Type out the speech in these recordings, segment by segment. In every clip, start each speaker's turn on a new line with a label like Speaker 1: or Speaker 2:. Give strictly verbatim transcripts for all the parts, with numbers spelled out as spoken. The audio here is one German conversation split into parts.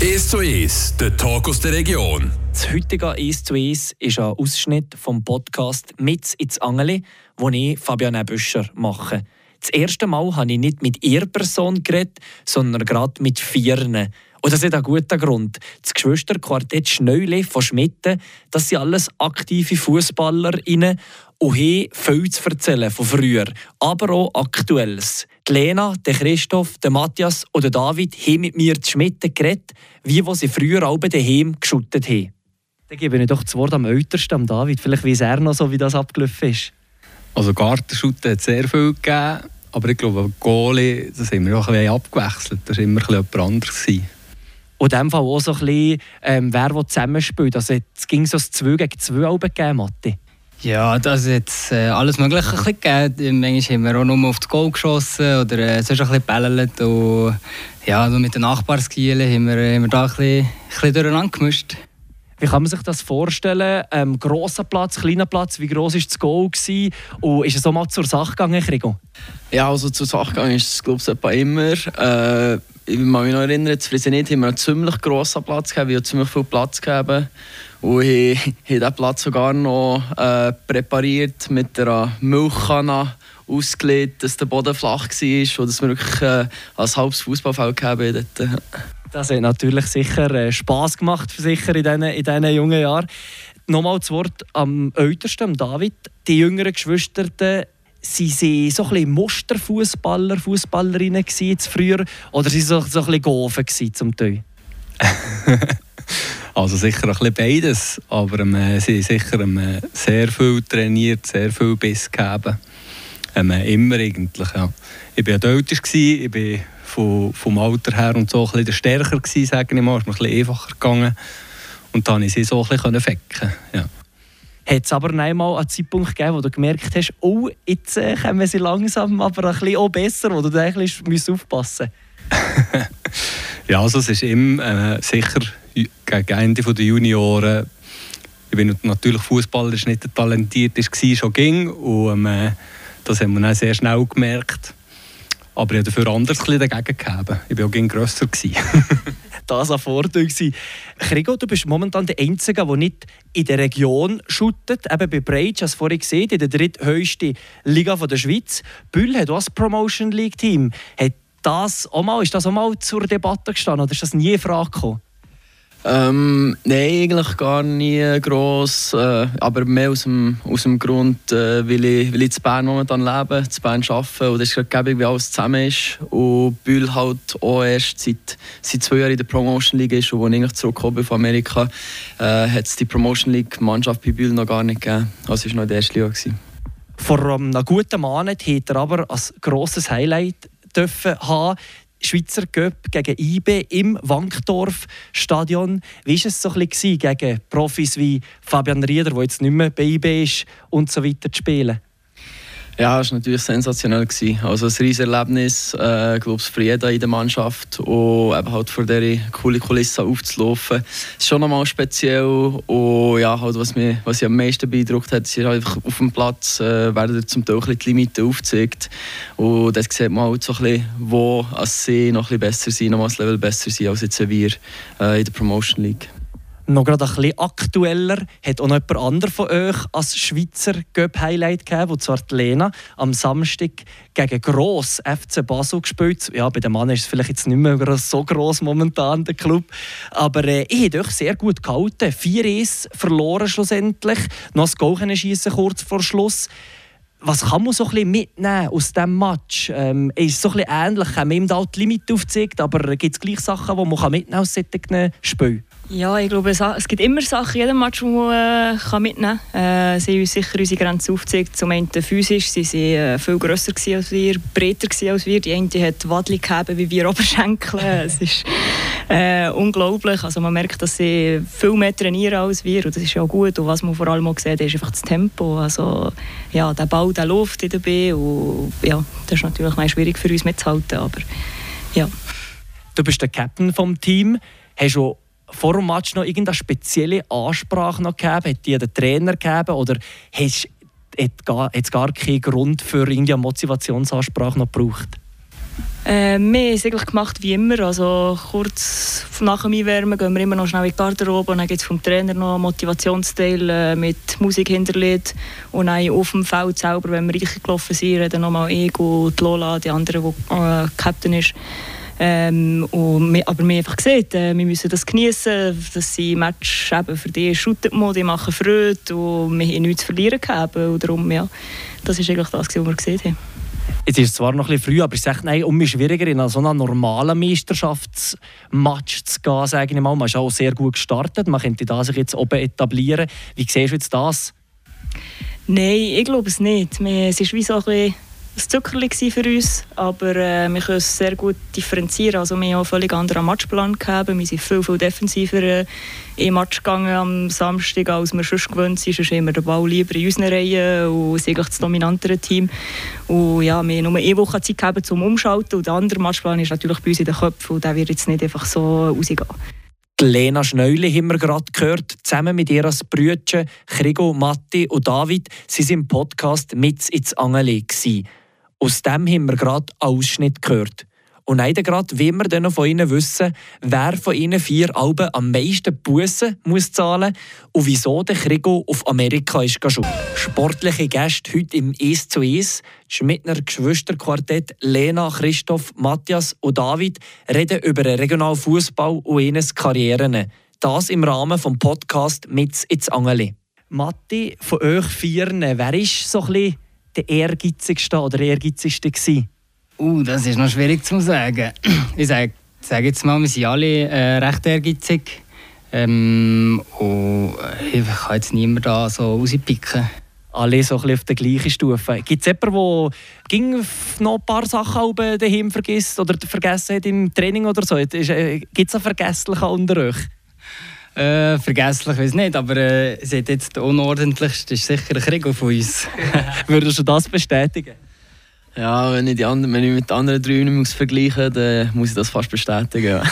Speaker 1: eins zu eins, der Talk aus der Region.
Speaker 2: Das heutige eins zu eins ist ein Ausschnitt vom Podcast «Mit ins Angeli», den ich, Fabian Büscher, mache. Das erste Mal habe ich nicht mit ihrer Person geredet, sondern gerade mit Vieren. Und das hat einen guten Grund. Das Geschwisterquartett Schneuli von Schmitten, das sind alles aktive FußballerInnen und haben viel zu erzählen von früher, aber auch Aktuelles. Die Lena, der Christoph, der Matthias und der David haben mit mir zu Schmitten geredet, wie sie früher alle daheim geschuttet haben. Dann gebe ich doch das Wort am ältesten, am David. Vielleicht weiss er noch so, wie das abgelaufen ist.
Speaker 3: Also Gartenschutten hat es sehr viel gegeben, aber ich glaube, Goalie, das haben wir auch ein bisschen abgewechselt. Das war immer ein bisschen jemand anderes.
Speaker 2: Und in diesem Fall auch so ein bisschen, ähm, wer zusammenspielt. Also es ging so zwei gegen zwei Alben gegeben, Matti.
Speaker 4: Ja, das hat äh, alles Mögliche ein bisschen gegeben. Manchmal haben wir auch nur auf das Goal geschossen oder äh, sonst ein bisschen gebällelt. Und ja, also mit den Nachbarskielen haben wir, haben wir da ein bisschen, ein bisschen durcheinander gemischt.
Speaker 2: Wie kann man sich das vorstellen? Ähm, grosser Platz, kleiner Platz, wie gross war das Goal? Gewesen? Und ist es auch mal zur Sache gegangen, Krigo?
Speaker 5: Ja, also zur Sache gegangen ist es, glaube ich, etwa immer. Äh, ich kann mich noch erinnern, zu Friesenit haben wir einen ziemlich grossen Platz gehabt, wir haben ziemlich viel Platz gegeben. Und ich habe diesen Platz sogar noch äh, präpariert mit einer Milchkanne ausgelegt, dass der Boden flach war und dass wir wirklich äh, ein halbes Fußballfeld haben.
Speaker 2: Das hat natürlich sicher äh, Spass gemacht sicher in diesen, in diesen jungen Jahren. Nochmal das Wort am ältesten, am David. Die jüngeren Geschwister, sie waren so ein bisschen Musterfußballer, Fußballerinnen früher oder sie so, so ein bisschen Gofen zum Teil?
Speaker 3: Also sicher ein bisschen beides, aber ähm, sie haben sicher ähm, sehr viel trainiert, sehr viel Biss gegeben. Ähm, immer eigentlich, ja. Ich war der Älteste, ich war vom, vom Alter her und so ein bisschen der Stärker gewesen, sage ich mal. Es ist mir ein bisschen einfacher gegangen. Und dann konnte ich sie so ein bisschen fecken. Ja.
Speaker 2: Hat es aber einmal einen Zeitpunkt gegeben, wo du gemerkt hast, oh, jetzt äh, kommen sie langsam, aber ein bisschen auch besser, wo du da eigentlich aufpassen musst?
Speaker 3: Ja, also es ist immer äh, sicher gegen Ende der Junioren. Ich bin natürlich fußballerisch nicht der talentiert, war schon ging und äh, das haben wir dann sehr schnell gemerkt. Aber ich habe dafür anders dagegen gehabt. Ich war auch gegen grösser.
Speaker 2: Das war ein Vorteil. Krigo, du bist momentan der Einzige, der nicht in der Region shootet. Eben bei Breitsch, hast du vorhin gesehen, in der dritthöchsten Liga der Schweiz. Bühl hat auch ein Promotion League Team. Hat das auch mal, ist das auch mal zur Debatte gestanden oder ist das nie in Frage gekommen?
Speaker 5: Ähm, nein, eigentlich gar nie gross, äh, aber mehr aus dem, aus dem Grund, äh, weil, ich, weil ich in Bern momentan lebe, in Bern arbeite und es ist gerade gäbig, wie alles zusammen ist und Bühl halt auch erst seit, seit zwei Jahren in der Promotion League ist und als ich eigentlich zurückgekommen bin von Amerika, äh, hat es die Promotion League Mannschaft bei Bühl noch gar nicht gegeben, also es war noch in der ersten Liga gewesen.
Speaker 2: Vor einem guten Monat hat er aber ein grosses Highlight dürfen haben. Schweizer Cup gegen I B im Wankdorf-Stadion. Wie war es so ein bisschen gegen Profis wie Fabian Rieder, der jetzt nicht mehr bei I B ist, und so weiter zu spielen?
Speaker 5: Ja, es war natürlich sensationell. Also ein riesiges Erlebnis, äh, glaube ich, für jeden in der Mannschaft. Und eben halt vor dieser coolen Kulisse aufzulaufen. Es ist schon nochmal speziell. Und ja, halt, was mich was ich am meisten beeindruckt hat, ist einfach auf dem Platz äh, werden zum Teil die Limiten aufgezeigt. Und das sieht man halt so ein bisschen, wo sie noch ein bisschen besser sind, noch mal ein Level besser sind als jetzt wir äh, in der Promotion League.
Speaker 2: Noch gerade ein bisschen aktueller hat auch noch jemand anderes von euch als Schweizer Cup-Highlight gegeben, und zwar die Lena am Samstag gegen Gross F C Basel gespielt. Ja, bei den Mann ist es vielleicht jetzt nicht mehr so gross momentan, der Club. Aber äh, ich habe euch sehr gut gehalten. vier eins verloren schlussendlich. Noch das Goal schiessen kurz vor Schluss. Was kann man so ein bisschen mitnehmen aus diesem Match? Ähm, ist es so ein bisschen ähnlich? Haben wir ihm da die Limite aufgezeigt, aber gibt es gleich Sachen, die man mitnehmen kann aus solchen Spielen?
Speaker 6: Ja, ich glaube, es gibt immer Sachen in jedem Match, die man äh, mitnehmen kann. Äh, sie haben uns sicher unsere Grenzen aufgezeigt. Zum einen physisch, sie waren äh, viel grösser als wir, breiter als wir. Die eine hat Wadli gehabt wie wir Oberschenkel. Es ist äh, unglaublich. Also man merkt, dass sie viel mehr trainieren als wir. Und das ist ja gut. Und was man vor allem auch sieht, ist einfach das Tempo. Also, ja, der Ball, der läuft in der B. Und ja, das ist natürlich mal schwierig für uns mitzuhalten. Aber, ja.
Speaker 2: Du bist der Captain des Teams. Hast du vor dem Match noch irgendeine spezielle Ansprache noch gegeben? Hat die der Trainer gegeben? Oder hat es gar, gar keinen Grund für irgendeine Motivationsansprache noch gebraucht?
Speaker 6: Äh, wir haben es eigentlich gemacht wie immer. Also kurz nach dem Einwärmen gehen wir immer noch schnell in die Garderobe und dann gibt es vom Trainer noch einen Motivationsteil äh, mit Musik hinterlegt. Und dann auf dem Feld selber, wenn wir reingelaufen sind, reden nochmal ich und die Lola, die andere, die äh, Captain ist. Ähm, und wir, aber wir haben einfach gesehen, äh, wir müssen das genießen, dass sie Match eben für die Shooter-Mode, die machen Freude und wir haben nichts zu verlieren gehabt. Und darum, ja, das ist eigentlich das, was wir gesehen haben.
Speaker 2: Jetzt ist es zwar noch ein bisschen früh, aber ich sage, nein, um mich schwieriger in so einen normalen Meisterschaftsmatch zu gehen, sage ich mal. Man ist auch sehr gut gestartet, man könnte da sich jetzt oben etablieren. Wie siehst du jetzt das?
Speaker 6: Nein, ich glaube es nicht. Es war wie so ein bisschen ein Zuckerli für uns, aber äh, wir können es sehr gut differenzieren. Also wir haben auch einen völlig anderen Matchplan gehabt. Wir sind viel, viel defensiver äh, im Match gegangen am Samstag, als wir sonst gewöhnt sind. Sonst haben wir den Ball lieber in unseren Reihen und sind das dominantere Team. Und ja, wir haben nur eine Woche Zeit gehabt, um umzuschalten. Und der andere Matchplan ist natürlich bei uns in den Köpfen und der wird jetzt nicht einfach so rausgehen.
Speaker 2: Lena Schneuli haben wir gerade gehört, zusammen mit ihren Brüdern Krigo, Matti und David, sie waren im Podcast «Mit ins Angeli». Aus dem haben wir gerade einen Ausschnitt gehört. Und leider gerade wollen wir dann noch von ihnen wissen, wer von ihnen vier Alben am meisten Bussen muss zahlen und wieso der Krigo auf Amerika ist gegangen. Sportliche Gäste heute im eins zu eins. Das Schmidtner Geschwisterquartett Lena, Christoph, Matthias und David reden über den regionalen Fußball und ihre Karrieren. Das im Rahmen des Podcasts «Mit ins Angeli». Matti, von euch Vieren, wer ist so ein bisschen der ehrgeizigste oder ehrgeizigste gewesen?
Speaker 4: Uh, das ist noch schwierig zu sagen. Ich sage sag jetzt mal, wir sind alle äh, recht ehrgeizig. Ähm, und ich kann jetzt niemanden da so rauspicken.
Speaker 2: Alle so ein bisschen auf der gleichen Stufe. Gibt es jemanden, der noch ein paar Sachen daheim vergisst oder vergessen hat im Training oder so? Gibt es einen Vergesslichen unter euch?
Speaker 4: Äh, vergesslich weiß ich nicht, aber äh, seht jetzt der unordentlichste ist sicher ein Krieg von uns.
Speaker 2: Würdest du das bestätigen?
Speaker 5: Ja, wenn ich, die anderen, wenn ich mit den anderen drei nicht muss vergleichen muss, dann muss ich das fast bestätigen. Ja.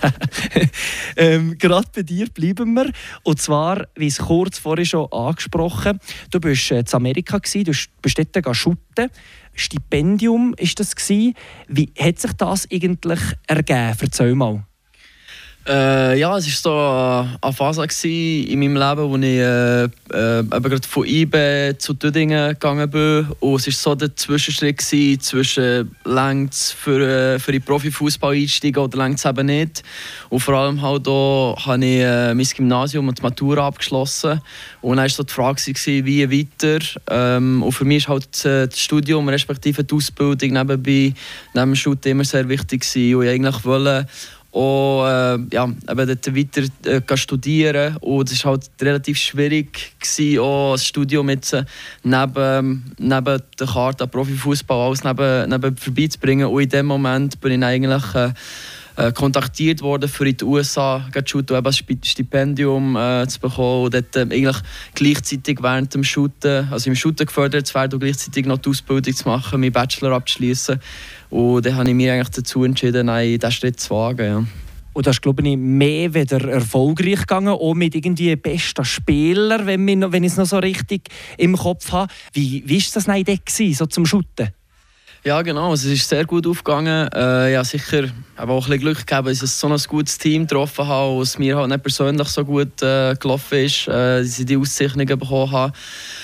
Speaker 2: ähm, Gerade bei dir bleiben wir. Und zwar, wie es kurz vorhin schon angesprochen, du warst äh, in Amerika, du bist dort shooten. Stipendium war das. Wie hat sich das eigentlich ergeben? Erzähl mal.
Speaker 5: Äh, ja, es war so eine Phase in meinem Leben, wo ich äh, äh, gerade von I B zu Düdingen gegangen bin. Und es war so der Zwischenschritt gewesen, zwischen längst für, äh, für den Profifußball einsteigen oder längst eben nicht. Und vor allem halt auch habe ich äh, mein Gymnasium und die Matura abgeschlossen. Und dann war so die Frage, gewesen, wie weiter. Ähm, und für mich war halt das Studium, respektive die Ausbildung nebenbei, neben dem Studium immer sehr wichtig gewesen. Und ich eigentlich wollte Und äh, ja, eben dort weiter äh, studieren. Und es war halt relativ schwierig, gewesen, auch das Studium jetzt äh, neben, neben der Karte Profifußball alles neben, neben vorbeizubringen. Und in dem Moment bin ich eigentlich äh, äh, kontaktiert worden, für in die U S A zu shooten, eben ein Stipendium äh, zu bekommen. Und dort äh, eigentlich gleichzeitig während dem Shooten, also im Shooten gefördert zu werden und gleichzeitig noch die Ausbildung zu machen, meinen Bachelor abzuschließen. Und dann habe ich mich eigentlich dazu entschieden, diesen Schritt zu wagen. Ja.
Speaker 2: Und das ist, glaube ich, mehr wieder erfolgreich gegangen, auch mit irgendwie besten Spielern, wenn, wir, wenn ich es noch so richtig im Kopf habe. Wie war das denn dort, so zum Shooten?
Speaker 5: Ja, genau. Es ist sehr gut aufgegangen. Äh, ja, sicher aber auch ein bisschen Glück gehabt, dass ich so ein gutes Team getroffen habe und es mir halt nicht persönlich so gut äh, gelaufen ist, äh, dass ich die Auszeichnungen bekommen habe.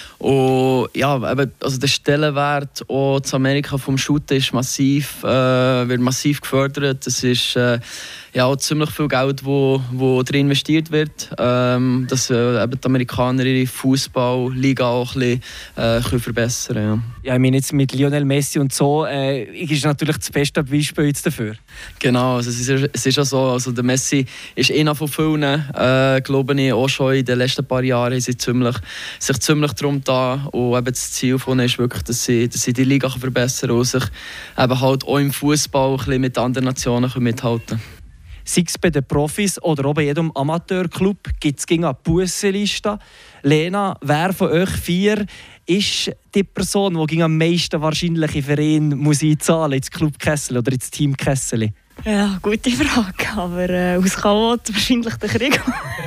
Speaker 5: Und ja, eben, also der Stellenwert auch in Amerika vom Shooten ist massiv, äh, wird massiv gefördert. Es ist äh, ja auch ziemlich viel Geld, wo, wo drin investiert wird, ähm, dass äh, eben die Amerikaner ihre Fußballliga auch ein bisschen äh, können verbessern können. Ja.
Speaker 2: Ja, ich meine jetzt mit Lionel Messi und so, äh, ist natürlich das beste Beispiel jetzt dafür.
Speaker 5: Genau, also es ist, es ist auch so, also der Messi ist einer von vielen, äh, glaube ich, auch schon in den letzten paar Jahren sind ziemlich, sich ziemlich darum da und eben das Ziel von ihnen ist wirklich, dass sie, dass sie die Liga verbessern und sich eben halt auch im Fußball ein bisschen mit anderen Nationen mithalten können.
Speaker 2: Sei es bei den Profis oder auch bei jedem Amateurclub gibt es eine Bussenliste. Lena, wer von euch vier ist die Person, die am meisten wahrscheinlich in Verein muss einzahlen, ins Club Kessel oder ins Team Kessel?
Speaker 6: Ja, gute Frage, aber äh, aus Chaot wahrscheinlich der Krieg.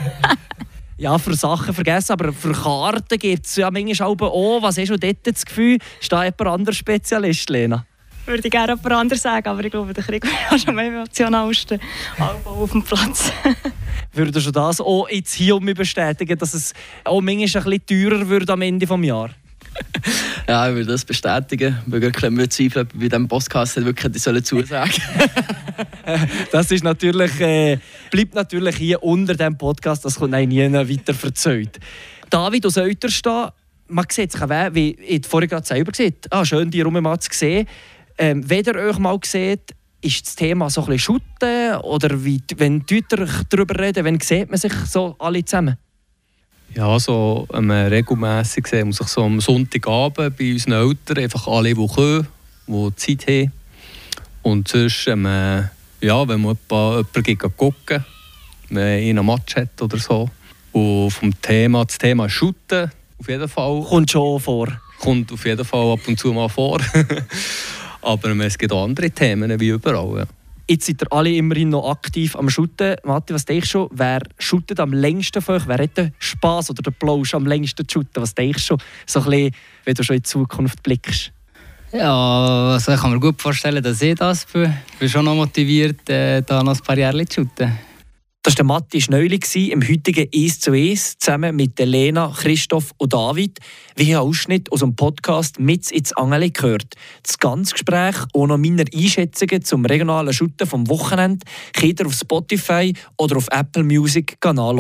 Speaker 2: Ja, für Sachen vergessen, aber für Karten gibt es ja manchmal auch. Was hast du dort das Gefühl? Ist da jemand anderer Spezialist, Lena?
Speaker 6: Würde ich gerne jemand anderes sagen, aber ich glaube, der Krieg wäre schon am emotionalsten Album auf dem Platz.
Speaker 2: Würdest du das auch jetzt hier um mich bestätigen, dass es auch manchmal ein bisschen teurer wird am Ende des Jahres?
Speaker 5: Ja, ich würde das bestätigen. Ich bin wirklich ein Zweifel, bei diesem Podcast wirklich die zusagen.
Speaker 2: Das ist natürlich, äh, bleibt natürlich hier unter diesem Podcast, das kommt nie weiter erzählt. David aus Euterstehen, man sieht sich auch, wie ich vorhin gerade selber gesagt habe, ah, schön, die Rumme mal zu sehen. Ähm, wenn ihr euch mal seht, ist das Thema so ein bisschen Schutten? Oder wie, wenn die Leute darüber reden, wenn sieht man sich so alle zusammen?
Speaker 3: Ja, so ähm, regelmässig sehen wir sich so am Sonntagabend bei unseren Eltern, einfach alle, die können, die Zeit haben. Und sonst, ähm, ja, wenn man jemanden gucken, wenn einer einen Match hat oder so. Und vom Thema, das Thema Schutten, auf jeden Fall.
Speaker 2: Kommt schon vor.
Speaker 3: Kommt auf jeden Fall ab und zu mal vor. Aber ähm, es gibt auch andere Themen, wie überall. Ja.
Speaker 2: Jetzt seid ihr alle immerhin noch aktiv am Schutten. Matti, was denkst du, wer shootet am längsten von euch? Wer hat den Spass oder den Plausch am längsten zu shooten? Was denkst du, so ein bisschen, wenn du schon in die Zukunft blickst?
Speaker 4: Ja, also ich kann mir gut vorstellen, dass ich das bin. Ich bin schon noch motiviert, äh, da noch ein paar Jahre zu shooten.
Speaker 2: Das war Matti Schneuli im heutigen eins zu eins zusammen mit Lena, Christoph und David. Wir haben einen Ausschnitt aus dem Podcast «Mit ins Angeli» gehört. Das ganze Gespräch und noch meine Einschätzungen zum regionalen Schutten vom Wochenende könnt ihr auf Spotify oder auf Apple Music nachhören.